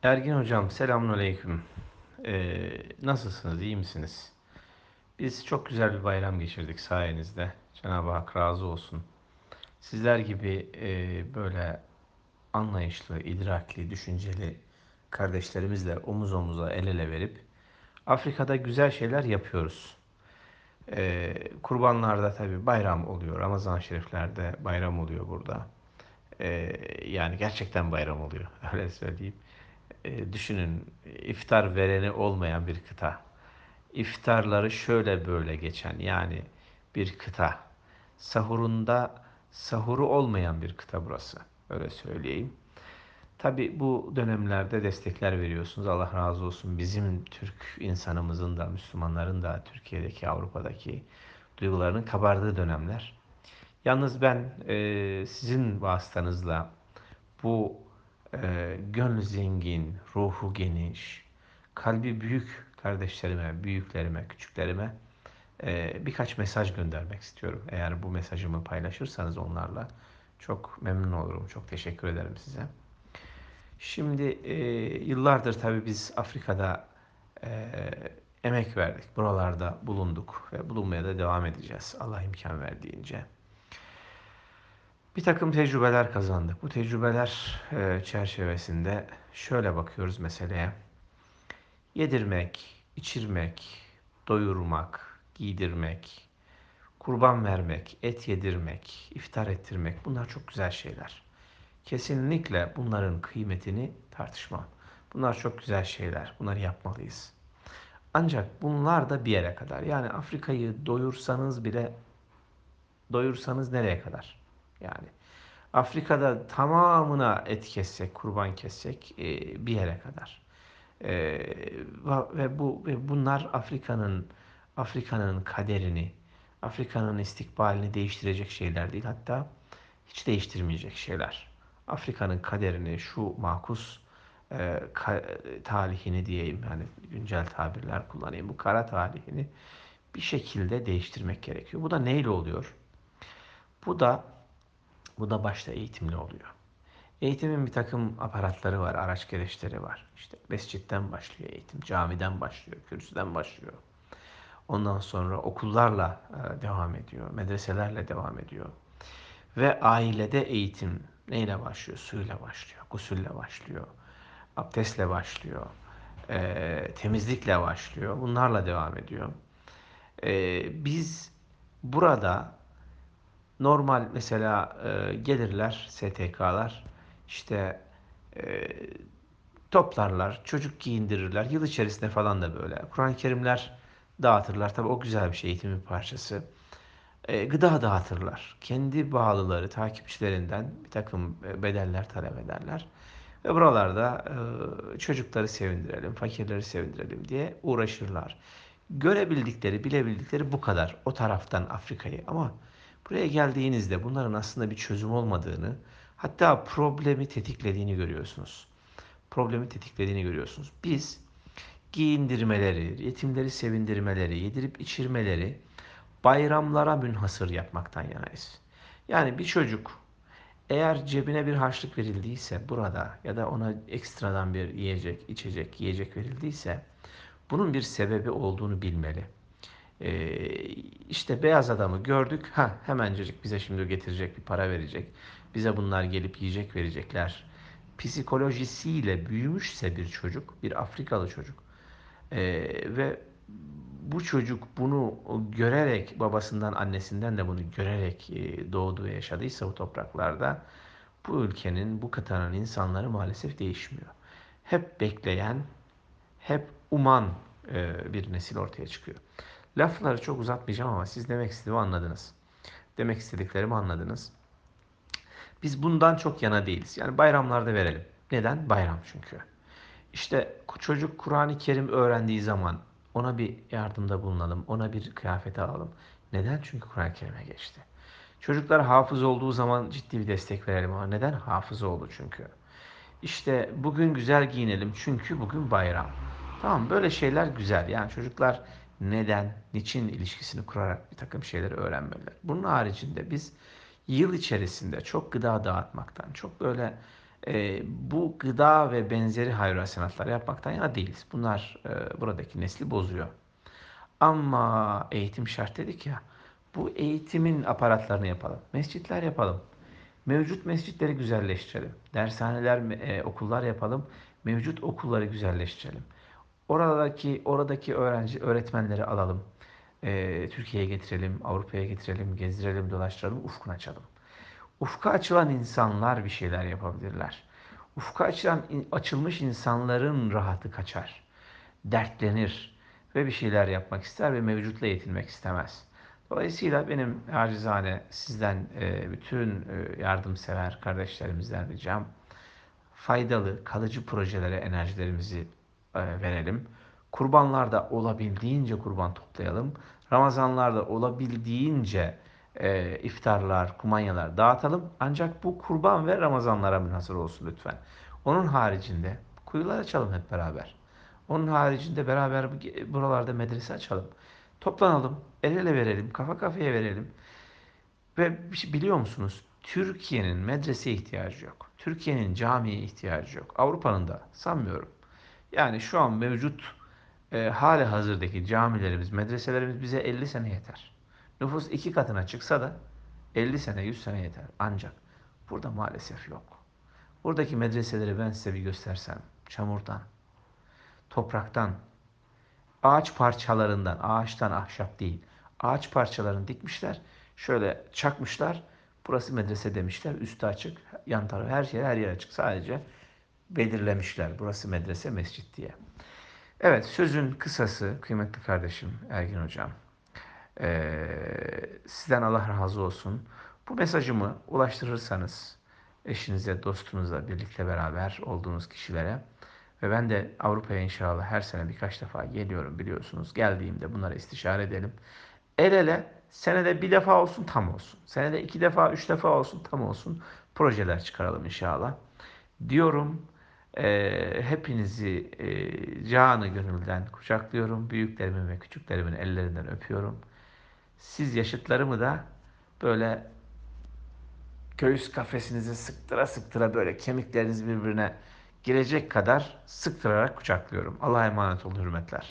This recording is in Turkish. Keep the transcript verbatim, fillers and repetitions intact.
Ergin Hocam, selamünaleyküm. Ee, nasılsınız, iyi misiniz? Biz çok güzel bir bayram geçirdik sayenizde. Cenab-ı Hak razı olsun. Sizler gibi e, böyle anlayışlı, idrakli, düşünceli kardeşlerimizle omuz omuza, el ele verip Afrika'da güzel şeyler yapıyoruz. Ee, kurbanlarda tabii bayram oluyor, Ramazan şeriflerde bayram oluyor burada. Ee, yani gerçekten bayram oluyor, öyle söyleyeyim. E, düşünün, iftar vereni olmayan bir kıta. İftarları şöyle böyle geçen, yani bir kıta. Sahurunda sahuru olmayan bir kıta burası. Öyle söyleyeyim. Tabi bu dönemlerde destekler veriyorsunuz. Allah razı olsun. Bizim Türk insanımızın da, Müslümanların da Türkiye'deki, Avrupa'daki duygularının kabardığı dönemler. Yalnız ben e, sizin vasıtanızla bu e, gönlü zengin, ruhu geniş, kalbi büyük kardeşlerime, büyüklerime, küçüklerime e, birkaç mesaj göndermek istiyorum. Eğer bu mesajımı paylaşırsanız onlarla çok memnun olurum. Çok teşekkür ederim size. Şimdi e, yıllardır tabii biz Afrika'da e, emek verdik. Buralarda bulunduk ve bulunmaya da devam edeceğiz. Allah imkan verdiğince. Bir takım tecrübeler kazandık. Bu tecrübeler e, çerçevesinde şöyle bakıyoruz meseleye. Yedirmek, içirmek, doyurmak, giydirmek, kurban vermek, et yedirmek, iftar ettirmek, bunlar çok güzel şeyler. Kesinlikle bunların kıymetini tartışmam. Bunlar çok güzel şeyler. Bunları yapmalıyız. Ancak bunlar da bir yere kadar. Yani Afrika'yı doyursanız bile doyursanız nereye kadar? Yani Afrika'da tamamına et kessek, kurban kessek e, bir yere kadar. E, ve bu ve bunlar Afrika'nın Afrika'nın kaderini, Afrika'nın istikbalini değiştirecek şeyler değil. Hatta hiç değiştirmeyecek şeyler. Afrika'nın kaderini, şu makus e, ka, talihini diyeyim, yani güncel tabirler kullanayım. Bu kara talihini bir şekilde değiştirmek gerekiyor. Bu da neyle oluyor? Bu da bu da başta eğitimle oluyor. Eğitimin bir takım aparatları var, araç gereçleri var. İşte mescitten başlıyor eğitim, camiden başlıyor, kürsüden başlıyor. Ondan sonra okullarla e, devam ediyor, medreselerle devam ediyor. Ve ailede eğitim neyle başlıyor? Suyla başlıyor, gusülle başlıyor, abdestle başlıyor, e, temizlikle başlıyor. Bunlarla devam ediyor. E, biz burada normal mesela e, gelirler S T K'lar, işte e, toplarlar, çocuk giyindirirler. Yıl içerisinde falan da böyle. Kur'an-ı Kerimler dağıtırlar. Tabii o güzel bir şey, eğitimin parçası. E, gıda dağıtırlar. Kendi bağlıları, takipçilerinden bir takım e, bedeller talep ederler. Ve buralarda e, çocukları sevindirelim, fakirleri sevindirelim diye uğraşırlar. Görebildikleri, bilebildikleri bu kadar. O taraftan Afrika'yı. Ama buraya geldiğinizde bunların aslında bir çözüm olmadığını, hatta problemi tetiklediğini görüyorsunuz. Problemi tetiklediğini görüyorsunuz. Biz giyindirmeleri, yetimleri sevindirmeleri, yedirip içirmeleri bayramlara münhasır yapmaktan yanayız. Yani bir çocuk eğer cebine bir harçlık verildiyse burada, ya da ona ekstradan bir yiyecek, içecek, yiyecek verildiyse bunun bir sebebi olduğunu bilmeli. Ee, işte beyaz adamı gördük, ha hemencecik bize şimdi getirecek, bir para verecek. Bize bunlar gelip yiyecek verecekler. Psikolojisiyle büyümüşse bir çocuk, bir Afrikalı çocuk ee, ve bu çocuk bunu görerek, babasından, annesinden de bunu görerek e, doğdu ve yaşadıysa bu topraklarda, bu ülkenin, bu kıtanın insanları maalesef değişmiyor. Hep bekleyen, hep uman e, bir nesil ortaya çıkıyor. Lafları çok uzatmayacağım ama siz demek istediğimi anladınız. Demek istediklerimi anladınız. Biz bundan çok yana değiliz. Yani bayramlarda verelim. Neden? Bayram çünkü. İşte çocuk Kur'an-ı Kerim öğrendiği zaman ona bir yardımda bulunalım, ona bir kıyafet alalım. Neden? Çünkü Kur'an-ı Kerim'e geçti. Çocuklar hafız olduğu zaman ciddi bir destek verelim ama neden? Hafız oldu çünkü. İşte bugün güzel giyinelim çünkü bugün bayram. Tamam, böyle şeyler güzel. Yani çocuklar neden, niçin ilişkisini kurarak bir takım şeyleri öğrenmeliler. Bunun haricinde biz yıl içerisinde çok gıda dağıtmaktan, çok böyle E, bu gıda ve benzeri hayırhasenatlar yapmaktan yana değiliz. Bunlar e, buradaki nesli bozuyor. Ama eğitim şart dedik ya. Bu eğitimin aparatlarını yapalım. Mescitler yapalım. Mevcut mescitleri güzelleştirelim. Dershaneler, e, okullar yapalım. Mevcut okulları güzelleştirelim. Oradaki oradaki öğrenci öğretmenleri alalım. E, Türkiye'ye getirelim, Avrupa'ya getirelim, gezdirelim, dolaştıralım, ufkunu açalım. Ufka açılan insanlar bir şeyler yapabilirler. Ufka açılan, açılmış insanların rahatı kaçar, dertlenir ve bir şeyler yapmak ister ve mevcutla yetinmek istemez. Dolayısıyla benim acizane sizden, e, bütün e, yardımsever kardeşlerimizden ricam, faydalı, kalıcı projelere enerjilerimizi e, verelim. Kurbanlarda olabildiğince kurban toplayalım. Ramazanlarda olabildiğince e, iftarlar, kumanyalar dağıtalım. Ancak bu kurban ve Ramazanlara münhasır olsun lütfen. Onun haricinde kuyular açalım hep beraber. Onun haricinde beraber buralarda medrese açalım. Toplanalım, el ele verelim, kafa kafaya verelim. Ve biliyor musunuz? Türkiye'nin medreseye ihtiyacı yok. Türkiye'nin camiye ihtiyacı yok. Avrupa'nın da sanmıyorum. Yani şu an mevcut e, hali hazırdaki camilerimiz, medreselerimiz bize elli sene yeter. Nüfus iki katına çıksa da elli sene, yüz sene yeter. Ancak burada maalesef yok. Buradaki medreseleri ben size bir göstersem, çamurdan, topraktan, ağaç parçalarından, ağaçtan ahşap değil, ağaç parçalarını dikmişler, şöyle çakmışlar, burası medrese demişler, üstü açık, yan tarafı her şey her yer açık, sadece belirlemişler, burası medrese, mescit diye. Evet, sözün kısası, kıymetli kardeşim Ergin Hocam, ee, sizden Allah razı olsun. Bu mesajımı ulaştırırsanız eşinize, dostunuza, birlikte beraber olduğunuz kişilere ve ben de Avrupa'ya inşallah her sene birkaç defa geliyorum biliyorsunuz. Geldiğimde bunları istişare edelim. El ele senede bir defa olsun tam olsun. Senede iki defa, üç defa olsun tam olsun. Projeler çıkaralım inşallah. Diyorum. Ee, hepinizi e, canı gönülden kucaklıyorum. Büyüklerimin ve küçüklerimin ellerinden öpüyorum. Siz yaşıtlarımı da böyle göğüs kafesinizi sıktıra sıktıra böyle kemikleriniz birbirine girecek kadar sıktırarak kucaklıyorum. Allah'a emanet olun, hürmetler.